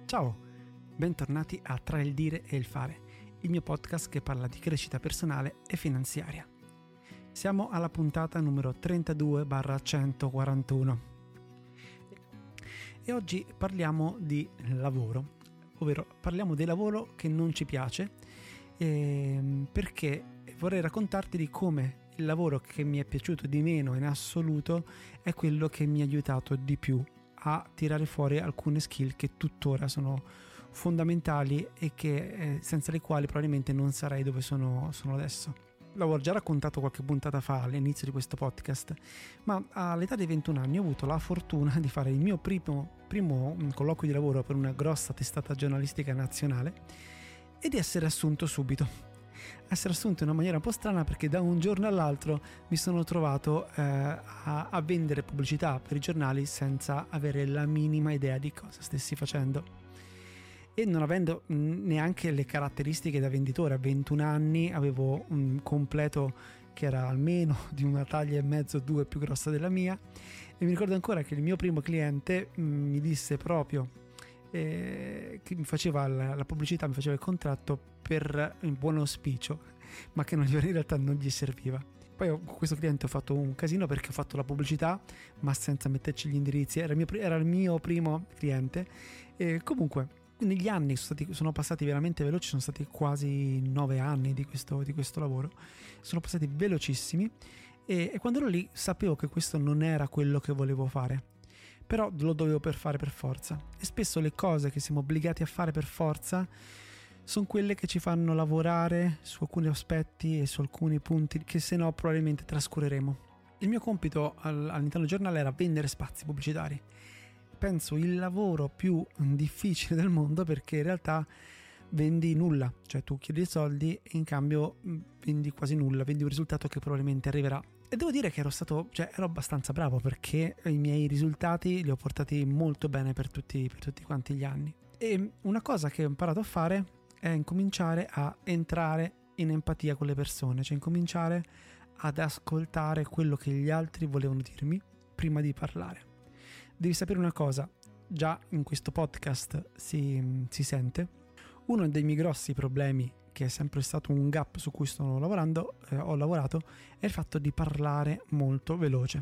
Ciao, bentornati a Tra il dire e il fare, il mio podcast che parla di crescita personale e finanziaria. Siamo alla puntata numero 32/141 e oggi parliamo di lavoro, ovvero parliamo del lavoro che non ci piace, perché vorrei raccontarti di come il lavoro che mi è piaciuto di meno in assoluto è quello che mi ha aiutato di più a tirare fuori alcune skill che tuttora sono fondamentali e che senza le quali probabilmente non sarei dove sono adesso. L'avevo già raccontato qualche puntata fa all'inizio di questo podcast, ma all'età dei 21 anni ho avuto la fortuna di fare il mio primo colloquio di lavoro per una grossa testata giornalistica nazionale e di essere assunto subito. Essere assunto in una maniera un po' strana, perché da un giorno all'altro mi sono trovato a vendere pubblicità per i giornali senza avere la minima idea di cosa stessi facendo e non avendo neanche le caratteristiche da venditore. A 21 anni avevo un completo che era almeno di una taglia e mezzo, 2 più grossa della mia, e mi ricordo ancora che il mio primo cliente mi disse proprio che mi faceva la pubblicità, mi faceva il contratto per un buon auspicio, ma che in realtà non gli serviva. Poi con questo cliente ho fatto un casino, perché ho fatto la pubblicità ma senza metterci gli indirizzi. Era il mio primo cliente, e comunque negli anni sono passati veramente veloci. Sono stati quasi 9 anni di questo lavoro, sono passati velocissimi, e quando ero lì sapevo che questo non era quello che volevo fare, però lo dovevo fare per forza. E spesso le cose che siamo obbligati a fare per forza sono quelle che ci fanno lavorare su alcuni aspetti e su alcuni punti che se no probabilmente trascureremo. Il mio compito all'interno del giornale era vendere spazi pubblicitari. Penso il lavoro più difficile del mondo, perché in realtà vendi nulla, cioè tu chiedi soldi e in cambio vendi quasi nulla, vendi un risultato che probabilmente arriverà. E devo dire che ero abbastanza bravo, perché i miei risultati li ho portati molto bene per tutti quanti gli anni. E una cosa che ho imparato a fare è incominciare a entrare in empatia con le persone, cioè incominciare ad ascoltare quello che gli altri volevano dirmi prima di parlare. Devi sapere una cosa, già in questo podcast si sente. Uno dei miei grossi problemi, che è sempre stato un gap su cui ho lavorato, è il fatto di parlare molto veloce.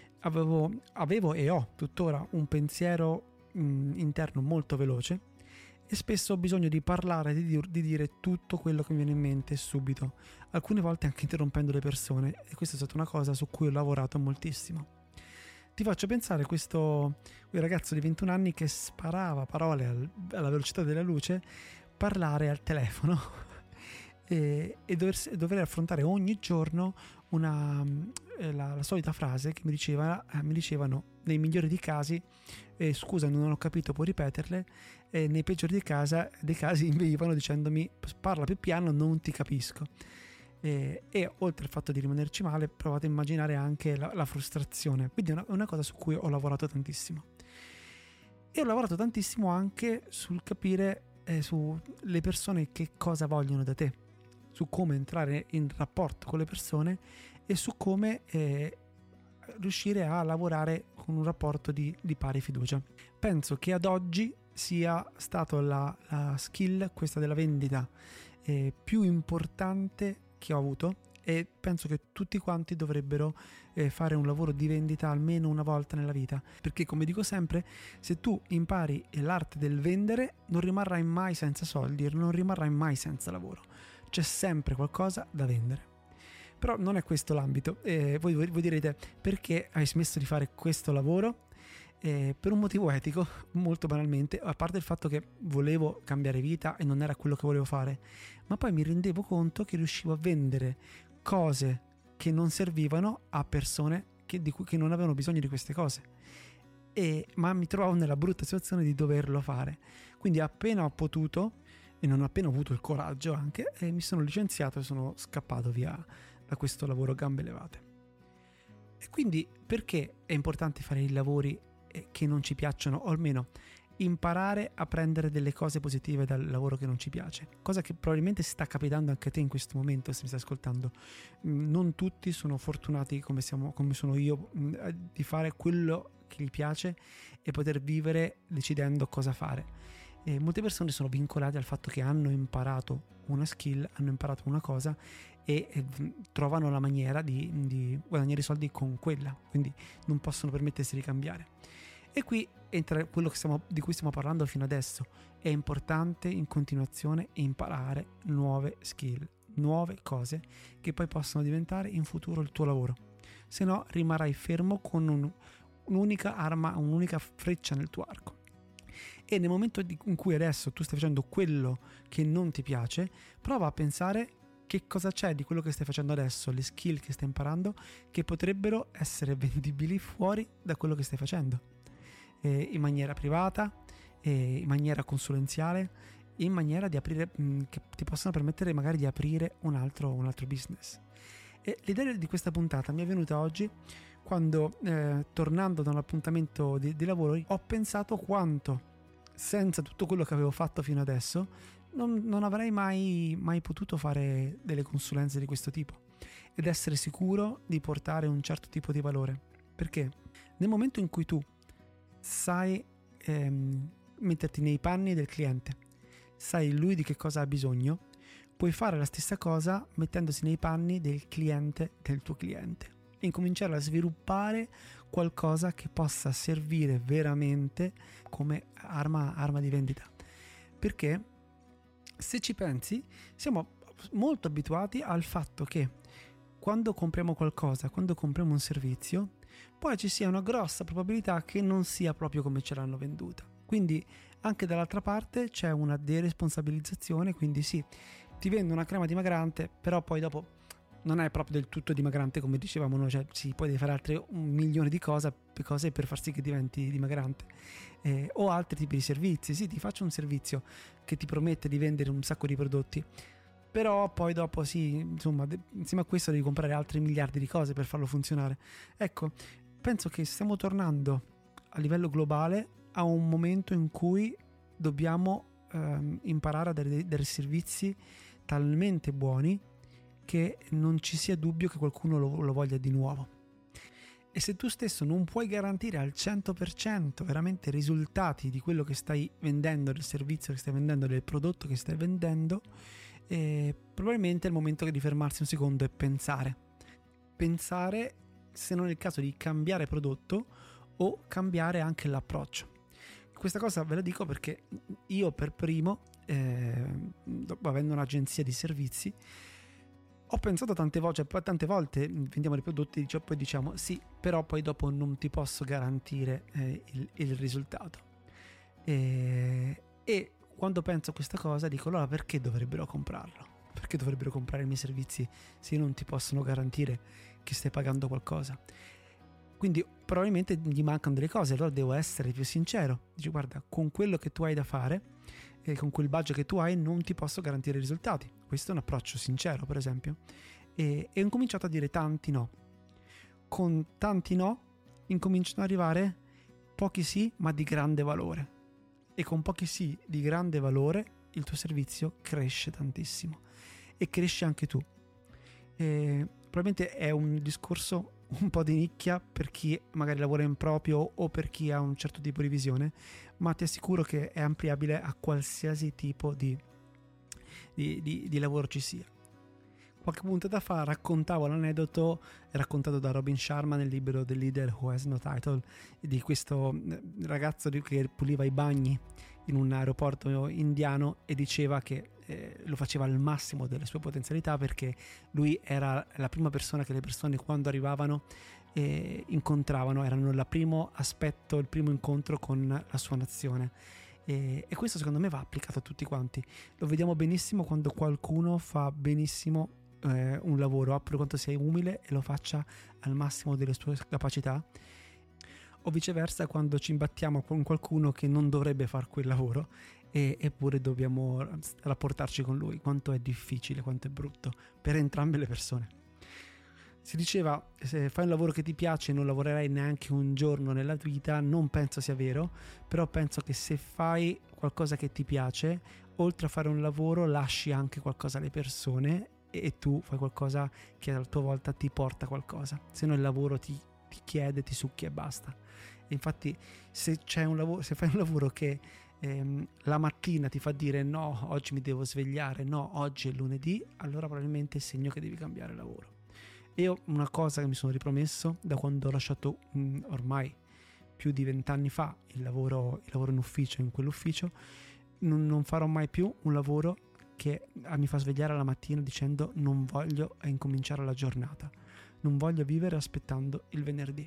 Avevo e ho tuttora un pensiero interno molto veloce, e spesso ho bisogno di parlare, di dire tutto quello che mi viene in mente subito, alcune volte anche interrompendo le persone, e questa è stata una cosa su cui ho lavorato moltissimo. Ti faccio pensare un ragazzo di 21 anni che sparava parole alla velocità della luce, parlare al telefono e dover affrontare ogni giorno la solita frase che mi dicevano nei migliori dei casi: scusa, non ho capito, puoi ripeterle? E nei peggiori dei casi mi venivano dicendomi: parla più piano, non ti capisco. E oltre al fatto di rimanerci male, provate a immaginare anche la frustrazione. Quindi è una cosa su cui ho lavorato tantissimo, e ho lavorato tantissimo anche sul capire sulle persone che cosa vogliono da te, su come entrare in rapporto con le persone e su come riuscire a lavorare con un rapporto di pari fiducia. Penso che ad oggi sia stato la skill, questa della vendita, più importante che ho avuto, e penso che tutti quanti dovrebbero fare un lavoro di vendita almeno una volta nella vita, perché, come dico sempre, se tu impari l'arte del vendere non rimarrai mai senza soldi, non rimarrai mai senza lavoro, c'è sempre qualcosa da vendere. Però non è questo l'ambito. Voi direte: perché hai smesso di fare questo lavoro? Per un motivo etico, molto banalmente, a parte il fatto che volevo cambiare vita e non era quello che volevo fare, ma poi mi rendevo conto che riuscivo a vendere cose che non servivano a persone che non avevano bisogno di queste cose, ma mi trovavo nella brutta situazione di doverlo fare. Quindi appena ho potuto, e non appena ho avuto il coraggio anche, mi sono licenziato e sono scappato via da questo lavoro a gambe levate. E quindi perché è importante fare i lavori che non ci piacciono, o almeno imparare a prendere delle cose positive dal lavoro che non ci piace, cosa che probabilmente sta capitando anche a te in questo momento se mi stai ascoltando. Non tutti sono fortunati come sono io di fare quello che gli piace e poter vivere decidendo cosa fare. E molte persone sono vincolate al fatto che hanno imparato una skill, hanno imparato una cosa e trovano la maniera di guadagnare i soldi con quella, quindi non possono permettersi di cambiare. E qui entra quello di cui stiamo parlando fino adesso. È importante in continuazione imparare nuove skill, nuove cose che poi possono diventare in futuro il tuo lavoro. Se no rimarrai fermo con un'unica arma, un'unica freccia nel tuo arco. E nel momento in cui adesso tu stai facendo quello che non ti piace, prova a pensare che cosa c'è di quello che stai facendo adesso, le skill che stai imparando, che potrebbero essere vendibili fuori da quello che stai facendo. In maniera privata, in maniera consulenziale, in maniera di aprire, che ti possano permettere magari di aprire un altro business. E l'idea di questa puntata mi è venuta oggi quando, tornando da un appuntamento di lavoro, ho pensato quanto, senza tutto quello che avevo fatto fino adesso, non avrei mai potuto fare delle consulenze di questo tipo ed essere sicuro di portare un certo tipo di valore. Perché nel momento in cui tu sai metterti nei panni del cliente, sai lui di che cosa ha bisogno, puoi fare la stessa cosa mettendosi nei panni del cliente del tuo cliente e incominciare a sviluppare qualcosa che possa servire veramente come arma di vendita. Perché se ci pensi, siamo molto abituati al fatto che quando compriamo qualcosa, quando compriamo un servizio, poi ci sia una grossa probabilità che non sia proprio come ce l'hanno venduta. Quindi anche dall'altra parte c'è una deresponsabilizzazione, quindi sì, ti vendo una crema dimagrante, però poi dopo non è proprio del tutto dimagrante come dicevamo noi, cioè sì, poi devi fare altre 1 milione di cose per far sì che diventi dimagrante. O altri tipi di servizi, sì, ti faccio un servizio che ti promette di vendere un sacco di prodotti, però poi dopo sì, insomma, insieme a questo devi comprare altri miliardi di cose per farlo funzionare. Ecco, penso che stiamo tornando a livello globale a un momento in cui dobbiamo imparare a dare dei servizi talmente buoni che non ci sia dubbio che qualcuno lo voglia di nuovo. E se tu stesso non puoi garantire al 100% veramente i risultati di quello che stai vendendo, del servizio che stai vendendo, del prodotto che stai vendendo, probabilmente è il momento di fermarsi un secondo e pensare, se non è il caso di cambiare prodotto o cambiare anche l'approccio. Questa cosa ve la dico perché io per primo, avendo un'agenzia di servizi, ho pensato tante volte vendiamo dei prodotti e poi diciamo sì, però poi dopo non ti posso garantire il risultato. E quando penso a questa cosa dico allora perché dovrebbero comprarlo? Perché dovrebbero comprare i miei servizi se non ti possono garantire che stai pagando qualcosa? Quindi probabilmente gli mancano delle cose, allora devo essere più sincero. Dici guarda, con quello che tu hai da fare e con quel budget che tu hai non ti posso garantire i risultati. Questo è un approccio sincero, per esempio. E ho incominciato a dire tanti no. Con tanti no incominciano ad arrivare pochi sì ma di grande valore. E con pochi sì di grande valore il tuo servizio cresce tantissimo e cresci anche tu. Probabilmente è un discorso un po' di nicchia per chi magari lavora in proprio o per chi ha un certo tipo di visione, ma ti assicuro che è ampliabile a qualsiasi tipo di lavoro ci sia. Qualche puntata fa raccontavo l'aneddoto raccontato da Robin Sharma nel libro The Leader Who Has No Title, di questo ragazzo che puliva i bagni in un aeroporto indiano e diceva che lo faceva al massimo delle sue potenzialità perché lui era la prima persona che le persone quando arrivavano incontravano, erano il primo aspetto, il primo incontro con la sua nazione. E questo secondo me va applicato a tutti quanti. Lo vediamo benissimo quando qualcuno fa benissimo un lavoro, per quanto sei umile e lo faccia al massimo delle sue capacità, o viceversa quando ci imbattiamo con qualcuno che non dovrebbe fare quel lavoro eppure dobbiamo rapportarci con lui. Quanto è difficile, quanto è brutto per entrambe le persone. Si diceva, se fai un lavoro che ti piace non lavorerai neanche un giorno nella tua vita. Non penso sia vero, però penso che se fai qualcosa che ti piace, oltre a fare un lavoro lasci anche qualcosa alle persone e tu fai qualcosa che a tua volta ti porta qualcosa, se no il lavoro ti chiede, ti succhia e basta. E infatti se fai un lavoro che la mattina ti fa dire no, oggi mi devo svegliare, no, oggi è lunedì, allora probabilmente è il segno che devi cambiare lavoro. E una cosa che mi sono ripromesso da quando ho lasciato ormai più di 20 anni fa il lavoro in ufficio, in quell'ufficio, non farò mai più un lavoro che mi fa svegliare alla mattina dicendo non voglio incominciare la giornata, non voglio vivere aspettando il venerdì.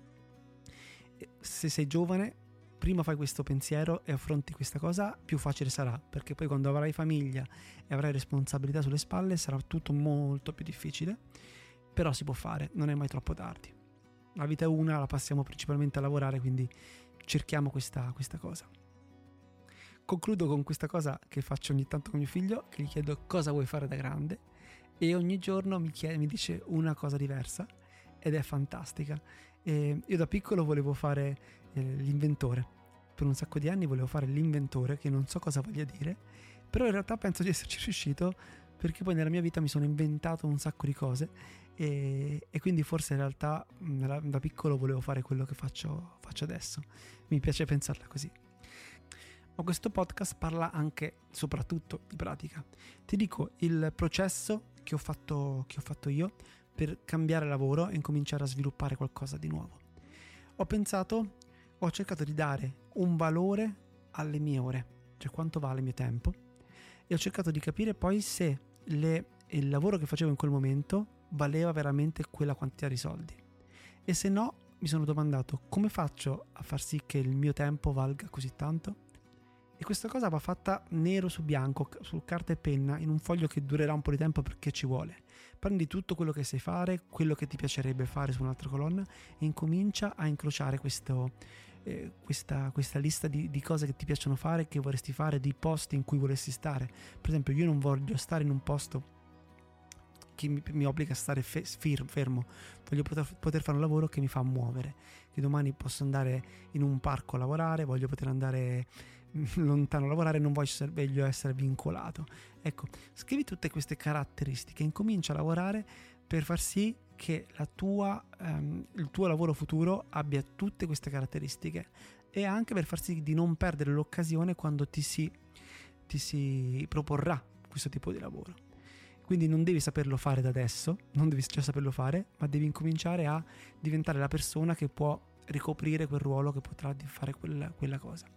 Se sei giovane, prima fai questo pensiero e affronti questa cosa, più facile sarà, perché poi quando avrai famiglia e avrai responsabilità sulle spalle sarà tutto molto più difficile, però si può fare, non è mai troppo tardi. La vita è una, la passiamo principalmente a lavorare, quindi cerchiamo questa cosa. Concludo con questa cosa che faccio ogni tanto con mio figlio, che gli chiedo cosa vuoi fare da grande, e ogni giorno mi dice una cosa diversa ed è fantastica. Io da piccolo volevo fare l'inventore, per un sacco di anni volevo fare l'inventore, che non so cosa voglia dire, però in realtà penso di esserci riuscito, perché poi nella mia vita mi sono inventato un sacco di cose e quindi forse in realtà da piccolo volevo fare quello che faccio adesso. Mi piace pensarla così. Ma questo podcast parla anche soprattutto di pratica. Ti dico il processo che ho fatto io per cambiare lavoro e incominciare a sviluppare qualcosa di nuovo. Ho cercato di dare un valore alle mie ore, cioè quanto vale il mio tempo, e ho cercato di capire poi se il lavoro che facevo in quel momento valeva veramente quella quantità di soldi. E se no, mi sono domandato come faccio a far sì che il mio tempo valga così tanto? E questa cosa va fatta nero su bianco, su carta e penna, in un foglio che durerà un po' di tempo perché ci vuole. Prendi tutto quello che sai fare, quello che ti piacerebbe fare su un'altra colonna e incomincia a incrociare questa lista di cose che ti piacciono fare, che vorresti fare, di posti in cui vorresti stare. Per esempio, io non voglio stare in un posto che mi obbliga a stare fermo, voglio poter fare un lavoro che mi fa muovere, che domani posso andare in un parco a lavorare, voglio poter andare lontano a lavorare, non voglio essere vincolato. Ecco, scrivi tutte queste caratteristiche, incomincia a lavorare per far sì che il tuo lavoro futuro abbia tutte queste caratteristiche, e anche per far sì di non perdere l'occasione quando ti si proporrà questo tipo di lavoro. Quindi non devi saperlo fare da adesso, non devi già saperlo fare, ma devi incominciare a diventare la persona che può ricoprire quel ruolo, che potrà fare quella cosa.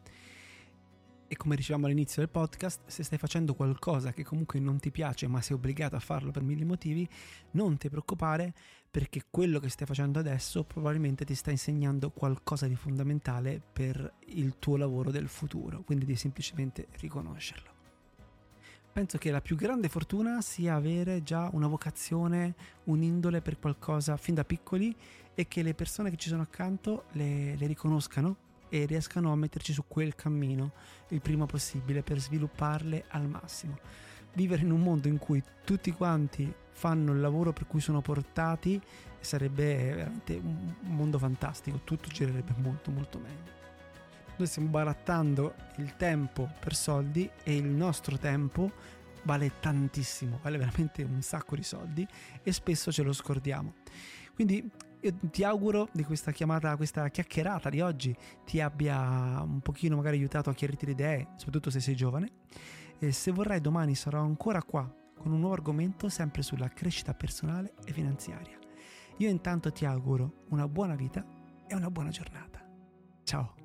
E come dicevamo all'inizio del podcast, se stai facendo qualcosa che comunque non ti piace, ma sei obbligato a farlo per 1000 motivi, non ti preoccupare, perché quello che stai facendo adesso probabilmente ti sta insegnando qualcosa di fondamentale per il tuo lavoro del futuro, quindi devi semplicemente riconoscerlo. Penso che la più grande fortuna sia avere già una vocazione, un'indole per qualcosa fin da piccoli, e che le persone che ci sono accanto le riconoscano e riescano a metterci su quel cammino il prima possibile per svilupparle al massimo. Vivere in un mondo in cui tutti quanti fanno il lavoro per cui sono portati sarebbe veramente un mondo fantastico, tutto girerebbe molto molto meglio. Noi stiamo barattando il tempo per soldi e il nostro tempo vale tantissimo, vale veramente un sacco di soldi e spesso ce lo scordiamo. Quindi io ti auguro di questa chiacchierata di oggi ti abbia un pochino magari aiutato a chiarirti le idee, soprattutto se sei giovane. E se vorrai, domani sarò ancora qua con un nuovo argomento sempre sulla crescita personale e finanziaria. Io intanto ti auguro una buona vita e una buona giornata. Ciao!